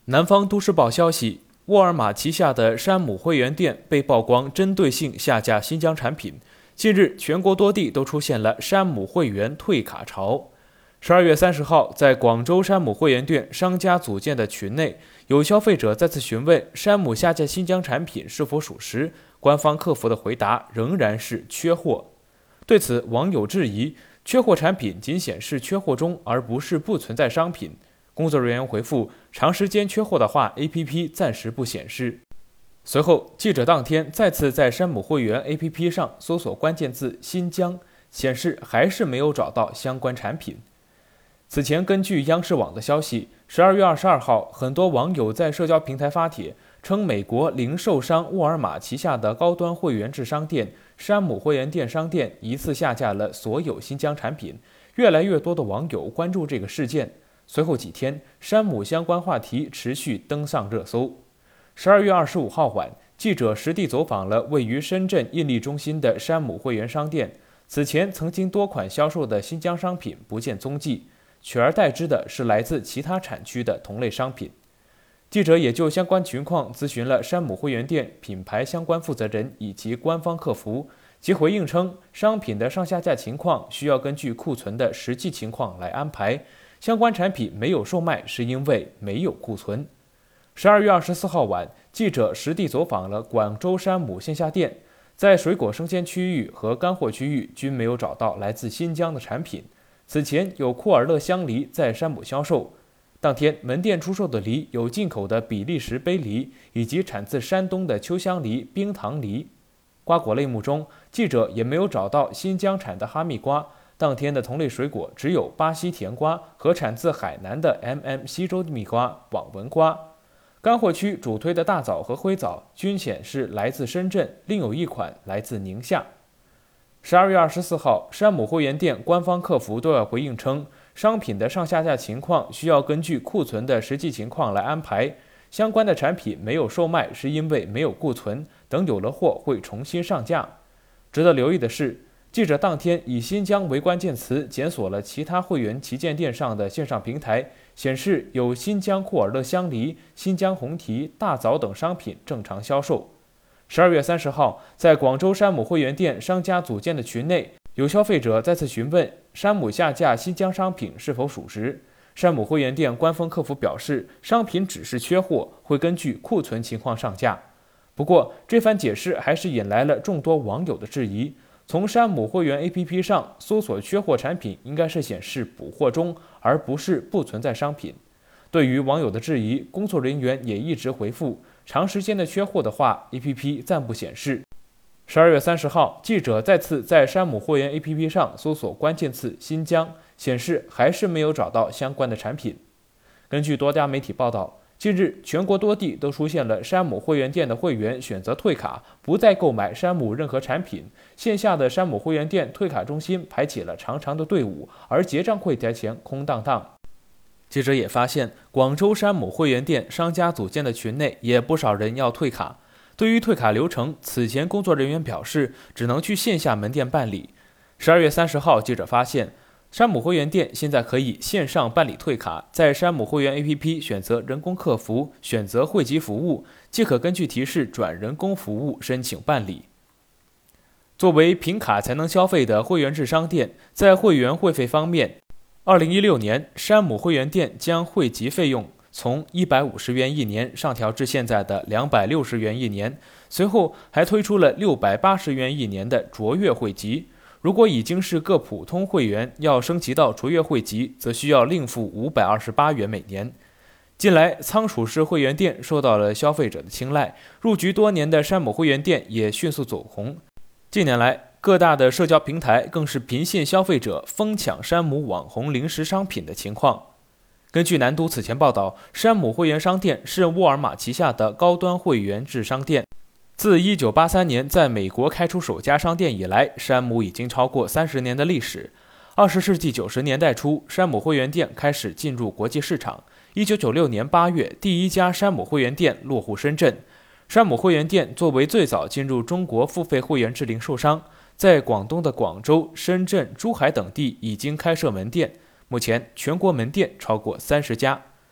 南方都市报消息，沃尔玛旗下的山姆会员店被曝光针对性下架新疆产品。近日，全国多地都出现了山姆会员退卡潮。12月30号，在广州山姆会员店商家组建的群内，有消费者再次询问山姆下架新疆产品是否属实，官方客服的回答仍然是缺货。对此，网友质疑，缺货产品仅显示缺货中，而不是不存在商品。工作人员回复，长时间缺货的话 ，APP 暂时不显示。随后，记者当天再次在山姆会员 APP 上搜索关键字“新疆”，显示还是没有找到相关产品。此前，根据央视网的消息，12月22号，很多网友在社交平台发帖，称美国零售商沃尔玛旗下的高端会员制商店山姆会员店商店疑似下架了所有新疆产品。越来越多的网友关注这个事件。随后几天，山姆相关话题持续登上热搜。12月25号晚，记者实地走访了位于深圳印力中心的山姆会员商店。此前曾经多款销售的新疆商品不见踪迹，取而代之的是来自其他产区的同类商品。记者也就相关情况咨询了山姆会员店品牌相关负责人以及官方客服，其回应称，商品的上下架情况需要根据库存的实际情况来安排。相关产品没有售卖，是因为没有库存。12月24号晚，记者实地走访了广州山姆线下店，在水果生鲜区域和干货区域均没有找到来自新疆的产品。此前有库尔勒香梨在山姆销售，当天门店出售的梨有进口的比利时杯梨，以及产自山东的秋香梨、冰糖梨。瓜果类目中，记者也没有找到新疆产的哈密瓜。当天的同类水果只有巴西甜瓜和产自海南的 西周蜜瓜、网纹瓜。干货区主推的大枣和灰枣均显示来自深圳，另有一款来自宁夏。12月24号，山姆会员店官方客服对外回应称，商品的上下架情况需要根据库存的实际情况来安排，相关的产品没有售卖是因为没有库存，等有了货会重新上架。值得留意的是，记者当天以新疆为关键词检索了其他会员旗舰店上的线上平台，显示有新疆库尔勒香梨、新疆红提、大枣等商品正常销售。12月30号，在广州山姆会员店商家组建的群内，有消费者再次询问山姆下架新疆商品是否属实。山姆会员店官方客服表示，商品只是缺货，会根据库存情况上架。不过，这番解释还是引来了众多网友的质疑。从山姆会员 APP 上搜索缺货产品，应该是显示补货中，而不是不存在商品。对于网友的质疑，工作人员也一直回复，长时间的缺货的话 ，APP 暂不显示。12月30号，记者再次在山姆会员 APP 上搜索关键字“新疆”，显示还是没有找到相关的产品。根据多家媒体报道，近日，全国多地都出现了山姆会员店的会员选择退卡，不再购买山姆任何产品。线下的山姆会员店退卡中心排起了长长的队伍，而结账柜台前空荡荡。记者也发现，广州山姆会员店商家组建的群内也不少人要退卡。对于退卡流程，此前工作人员表示，只能去线下门店办理。12月30号，记者发现，山姆会员店现在可以线上办理退卡，在山姆会员 APP 选择人工客服，选择汇集服务，即可根据提示转人工服务申请办理。作为凭卡才能消费的会员制商店，在会员会费方面，2016年山姆会员店将汇集费用从150元一年上调至现在的260元一年，随后还推出了680元一年的卓越汇集。如果已经是个普通会员，要升级到卓越汇集，则需要另付528元每年。近来，仓储式会员店受到了消费者的青睐，入局多年的山姆会员店也迅速走红。近年来，各大的社交平台更是频现消费者疯抢山姆网红零食商品的情况。根据南都此前报道，山姆会员商店是沃尔玛旗下的高端会员制商店。自1983年在美国开出首家商店以来，山姆已经超过30年的历史。20世纪90年代初，山姆会员店开始进入国际市场。1996年8月，第一家山姆会员店落户深圳。山姆会员店作为最早进入中国付费会员制零售商，在广东的广州、深圳、珠海等地已经开设门店，目前全国门店超过30家。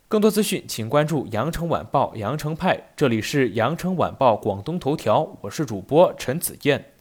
更多资讯请关注羊城晚报羊城派，这里是羊城晚报广东头条，我是主播陈子燕。